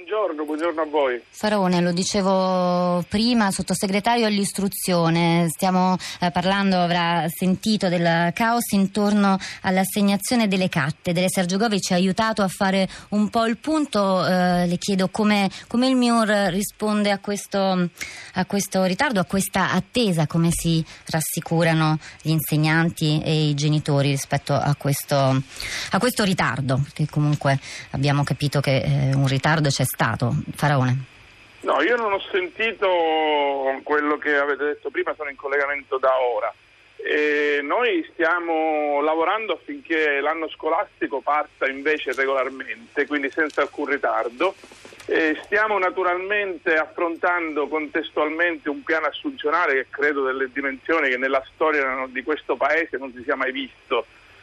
buongiorno a voi. Faraone, lo dicevo prima, sottosegretario all'istruzione, stiamo parlando, avrà sentito del caos intorno all'assegnazione delle cattedre. Sergio Govi ci ha aiutato a fare un po' il punto, le chiedo come il MIUR risponde a questo ritardo, a questa attesa, come si rassicurano gli insegnanti e i genitori rispetto a questo ritardo, perché comunque abbiamo capito che un ritardo c'è stato. Faraone. No, io non ho sentito quello che avete detto prima, sono in collegamento da ora. Noi stiamo lavorando affinché l'anno scolastico parta invece regolarmente, quindi senza alcun ritardo. Stiamo naturalmente affrontando contestualmente un piano assunzionale che credo delle dimensioni che nella storia di questo paese non si sia mai visto.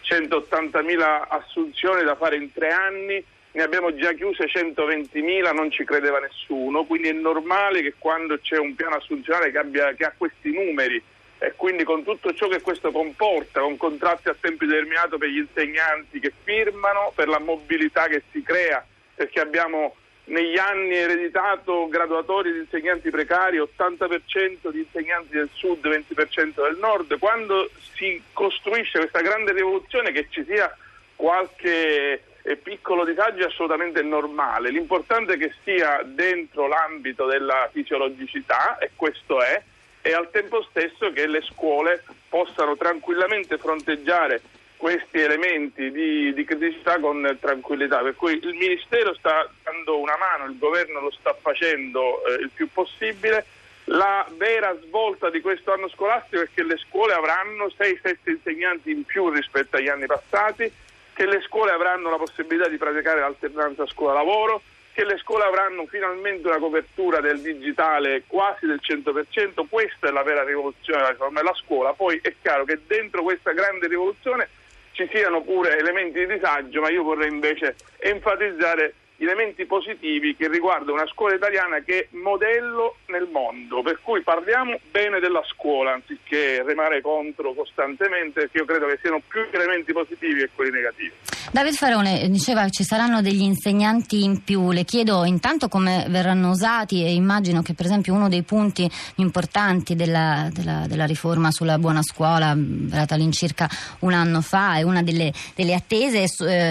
180.000 assunzioni da fare in 3 anni, ne abbiamo già chiuse 120.000, non ci credeva nessuno, quindi è normale che quando c'è un piano assunzionale che ha questi numeri e quindi con tutto ciò che questo comporta, con contratti a tempo determinato per gli insegnanti che firmano, per la mobilità che si crea, perché abbiamo negli anni ereditato graduatori di insegnanti precari, 80% di insegnanti del sud, 20% del nord. Quando si costruisce questa grande rivoluzione, che ci sia qualche piccolo disagio è assolutamente normale. L'importante è che sia dentro l'ambito della fisiologicità, e questo è, e al tempo stesso che le scuole possano tranquillamente fronteggiare questi elementi di criticità con tranquillità, per cui il Ministero sta dando una mano, il Governo lo sta facendo il più possibile. La vera svolta di questo anno scolastico è che le scuole avranno 6-7 insegnanti in più rispetto agli anni passati, che le scuole avranno la possibilità di praticare l'alternanza scuola-lavoro, che le scuole avranno finalmente una copertura del digitale quasi del 100%. Questa è la vera rivoluzione della riforma della scuola. Poi è chiaro che dentro questa grande rivoluzione ci siano pure elementi di disagio, ma io vorrei invece enfatizzare gli elementi positivi che riguardano una scuola italiana che è modello nel mondo, per cui parliamo bene della scuola anziché remare contro costantemente, perché io credo che siano più elementi positivi che quelli negativi. David Faraone diceva che ci saranno degli insegnanti in più, le chiedo intanto come verranno usati, e immagino che per esempio uno dei punti importanti della riforma sulla buona scuola, varata all'incirca un anno fa, e una delle attese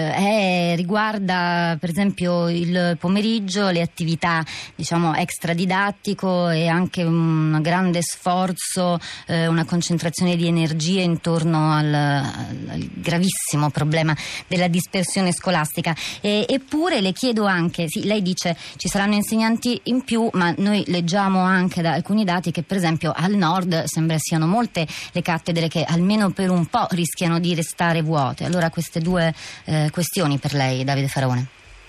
riguarda per esempio il pomeriggio, le attività diciamo extradidattico, e anche un grande sforzo, una concentrazione di energie intorno al gravissimo problema della dispersione scolastica. Eppure le chiedo anche, sì, lei dice ci saranno insegnanti in più, ma noi leggiamo anche da alcuni dati che per esempio al nord sembra siano molte le cattedre che almeno per un po' rischiano di restare vuote. Allora queste due questioni per lei, Davide Faraone.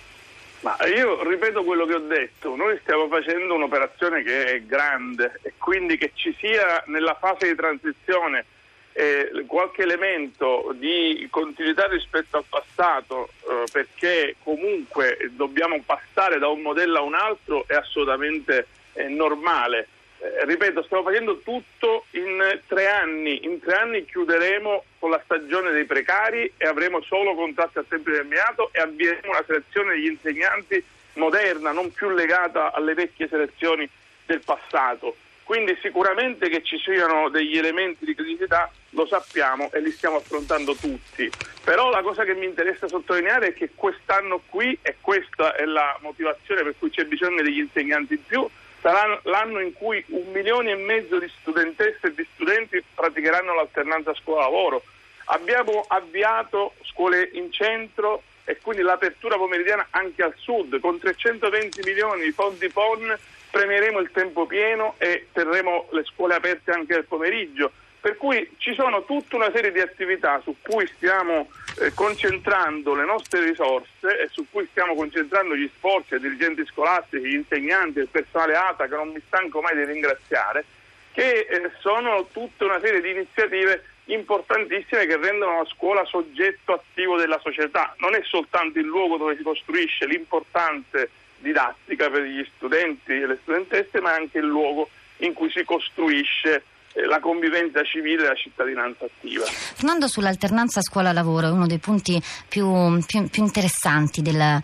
Ma io ripeto quello che ho detto, noi stiamo facendo un'operazione che è grande, e quindi che ci sia nella fase di transizione qualche elemento di continuità rispetto al passato, perché comunque dobbiamo passare da un modello a un altro, è assolutamente normale. Ripeto, stiamo facendo tutto in 3 anni. In 3 anni chiuderemo con la stagione dei precari e avremo solo contratti a tempo determinato, e avvieremo una selezione degli insegnanti moderna, non più legata alle vecchie selezioni del passato. Quindi sicuramente che ci siano degli elementi di criticità lo sappiamo e li stiamo affrontando tutti. Però la cosa che mi interessa sottolineare è che quest'anno qui, e questa è la motivazione per cui c'è bisogno degli insegnanti in più, sarà l'anno in cui 1,5 milioni di studentesse e di studenti praticheranno l'alternanza scuola-lavoro. Abbiamo avviato scuole in centro e quindi l'apertura pomeridiana anche al sud. Con 320 milioni di fondi PON premieremo il tempo pieno e terremo le scuole aperte anche al pomeriggio. Per cui ci sono tutta una serie di attività su cui stiamo concentrando le nostre risorse e su cui stiamo concentrando gli sforzi ai dirigenti scolastici, gli insegnanti, il personale ATA, che non mi stanco mai di ringraziare, che sono tutta una serie di iniziative importantissime che rendono la scuola soggetto attivo della società. Non è soltanto il luogo dove si costruisce l'importante didattica per gli studenti e le studentesse, ma anche il luogo in cui si costruisce la convivenza civile e la cittadinanza attiva. Tornando sull'alternanza scuola-lavoro, è uno dei punti più interessanti della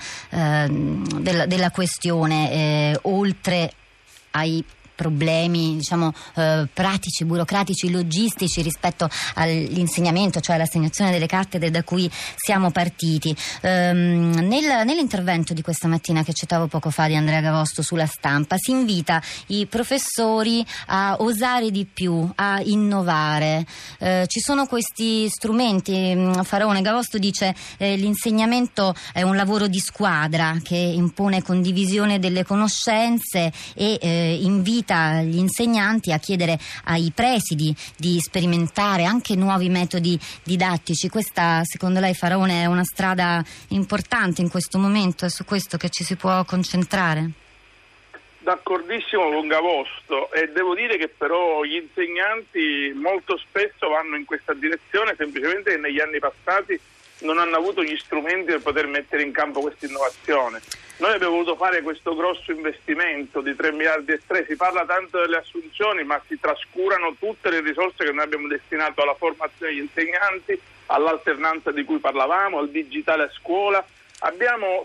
questione, oltre ai problemi pratici, burocratici, logistici rispetto all'insegnamento, cioè all'assegnazione delle cattedre da cui siamo partiti. Nell'intervento di questa mattina che citavo poco fa di Andrea Gavosto sulla Stampa si invita i professori a osare di più, a innovare. Ci sono questi strumenti. Farone, Gavosto dice l'insegnamento è un lavoro di squadra che impone condivisione delle conoscenze e invita gli insegnanti a chiedere ai presidi di sperimentare anche nuovi metodi didattici. Questa, secondo lei, Faraone, è una strada importante in questo momento? È su questo che ci si può concentrare? D'accordissimo con Gavosto, e devo dire che però gli insegnanti molto spesso vanno in questa direzione semplicemente che negli anni passati non hanno avuto gli strumenti per poter mettere in campo questa innovazione. Noi abbiamo voluto fare questo grosso investimento di 3 miliardi e 3, si parla tanto delle assunzioni, ma si trascurano tutte le risorse che noi abbiamo destinato alla formazione degli insegnanti, all'alternanza di cui parlavamo, al digitale a scuola. Abbiamo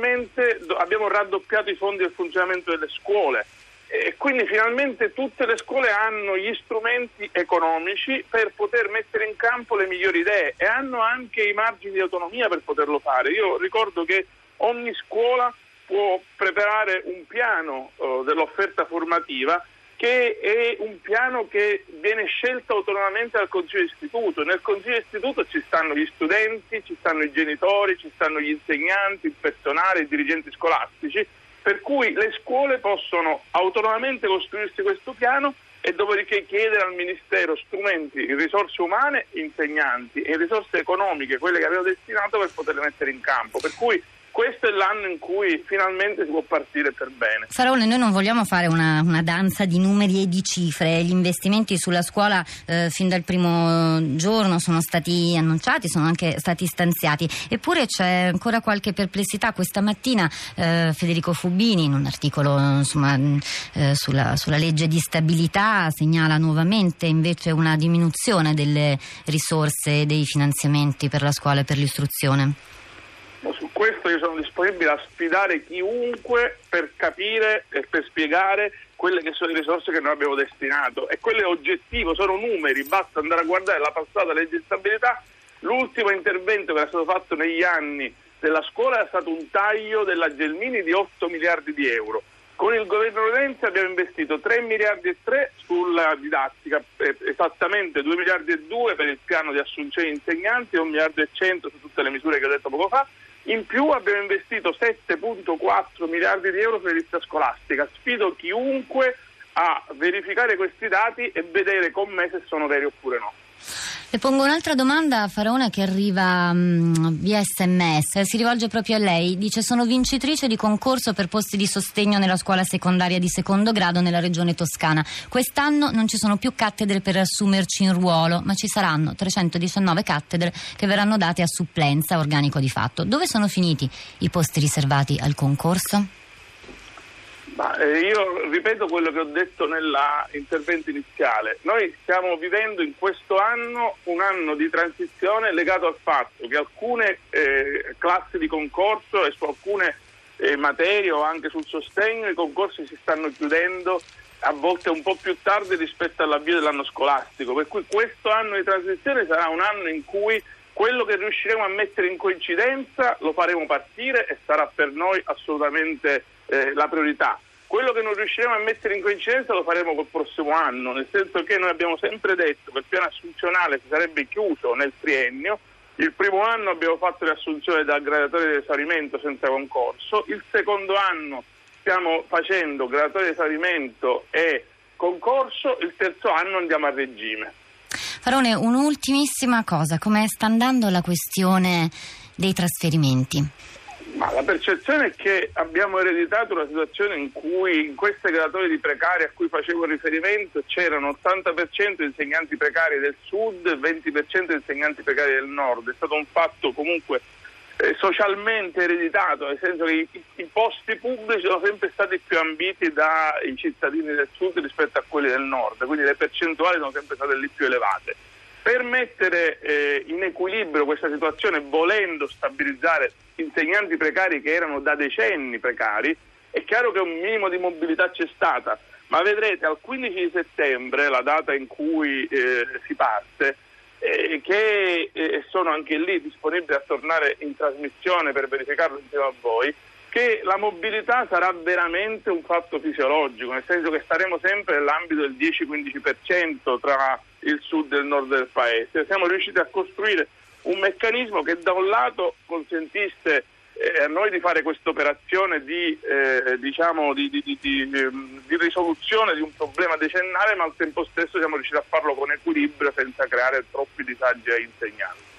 raddoppiato i fondi del funzionamento delle scuole e quindi finalmente tutte le scuole hanno gli strumenti economici per poter mettere in campo le migliori idee e hanno anche i margini di autonomia per poterlo fare. Io ricordo che ogni scuola può preparare un piano dell'offerta formativa che è un piano che viene scelto autonomamente dal Consiglio d'Istituto. Nel Consiglio d'Istituto ci stanno gli studenti, ci stanno i genitori, ci stanno gli insegnanti, il personale, i dirigenti scolastici, per cui le scuole possono autonomamente costruirsi questo piano e dopodiché chiedere al Ministero strumenti, risorse umane, insegnanti e risorse economiche, quelle che avevo destinato, per poterle mettere in campo. Per cui questo è l'anno in cui finalmente si può partire per bene. Faraone, noi non vogliamo fare una danza di numeri e di cifre. Gli investimenti sulla scuola fin dal primo giorno sono stati annunciati, sono anche stati stanziati. Eppure c'è ancora qualche perplessità. Questa mattina Federico Fubini, in un articolo sulla legge di stabilità, segnala nuovamente invece una diminuzione delle risorse e dei finanziamenti per la scuola e per l'istruzione. Su questo io sono disponibile a sfidare chiunque per capire e per spiegare quelle che sono le risorse che noi abbiamo destinato, e quello è oggettivo, sono numeri, basta andare a guardare la passata legge di stabilità. L'ultimo intervento che era stato fatto negli anni della scuola è stato un taglio della Gelmini di 8 miliardi di euro. Con il governo Renzi abbiamo investito 3 miliardi e 3 sulla didattica, esattamente 2 miliardi e 2 per il piano di assunzione di insegnanti e 1 miliardo e 100 su tutte le misure che ho detto poco fa. In più abbiamo investito 7,4 miliardi di euro per l'edilizia scolastica. Sfido chiunque a verificare questi dati e vedere con me se sono veri oppure no. Le pongo un'altra domanda, Faraone, che arriva via SMS, si rivolge proprio a lei. Dice: sono vincitrice di concorso per posti di sostegno nella scuola secondaria di secondo grado nella regione Toscana. Quest'anno non ci sono più cattedre per assumerci in ruolo, ma ci saranno 319 cattedre che verranno date a supplenza, organico di fatto. Dove sono finiti i posti riservati al concorso? Io ripeto quello che ho detto nell'intervento iniziale. Noi stiamo vivendo in questo anno un anno di transizione legato al fatto che alcune classi di concorso e su alcune materie o anche sul sostegno i concorsi si stanno chiudendo a volte un po' più tardi rispetto all'avvio dell'anno scolastico, per cui questo anno di transizione sarà un anno in cui quello che riusciremo a mettere in coincidenza lo faremo partire e sarà per noi assolutamente la priorità. Quello che non riusciremo a mettere in coincidenza lo faremo col prossimo anno, nel senso che noi abbiamo sempre detto che il piano assunzionale si sarebbe chiuso nel triennio. Il primo anno abbiamo fatto le assunzioni da graduatoria di esaurimento senza concorso, il secondo anno stiamo facendo graduatoria di esaurimento e concorso, il terzo anno andiamo a regime. Faraone, un'ultimissima cosa: come sta andando la questione dei trasferimenti? Ma la percezione è che abbiamo ereditato una situazione in cui in queste graduatorie di precari a cui facevo riferimento c'erano 80% di insegnanti precari del sud e 20% di insegnanti precari del nord. È stato un fatto comunque socialmente ereditato, nel senso che i posti pubblici sono sempre stati più ambiti dai cittadini del sud rispetto a quelli del nord, quindi le percentuali sono sempre state lì più elevate. Per mettere in equilibrio questa situazione, volendo stabilizzare insegnanti precari che erano da decenni precari, è chiaro che un minimo di mobilità c'è stata, ma vedrete al 15 di settembre, la data in cui si parte, che sono anche lì disponibili a tornare in trasmissione per verificarlo insieme a voi, che la mobilità sarà veramente un fatto fisiologico, nel senso che staremo sempre nell'ambito del 10-15% tra il sud e il nord del paese. Siamo riusciti a costruire un meccanismo che da un lato consentisse a noi di fare questa operazione di risoluzione di un problema decennale, ma al tempo stesso siamo riusciti a farlo con equilibrio senza creare troppi disagi ai insegnanti.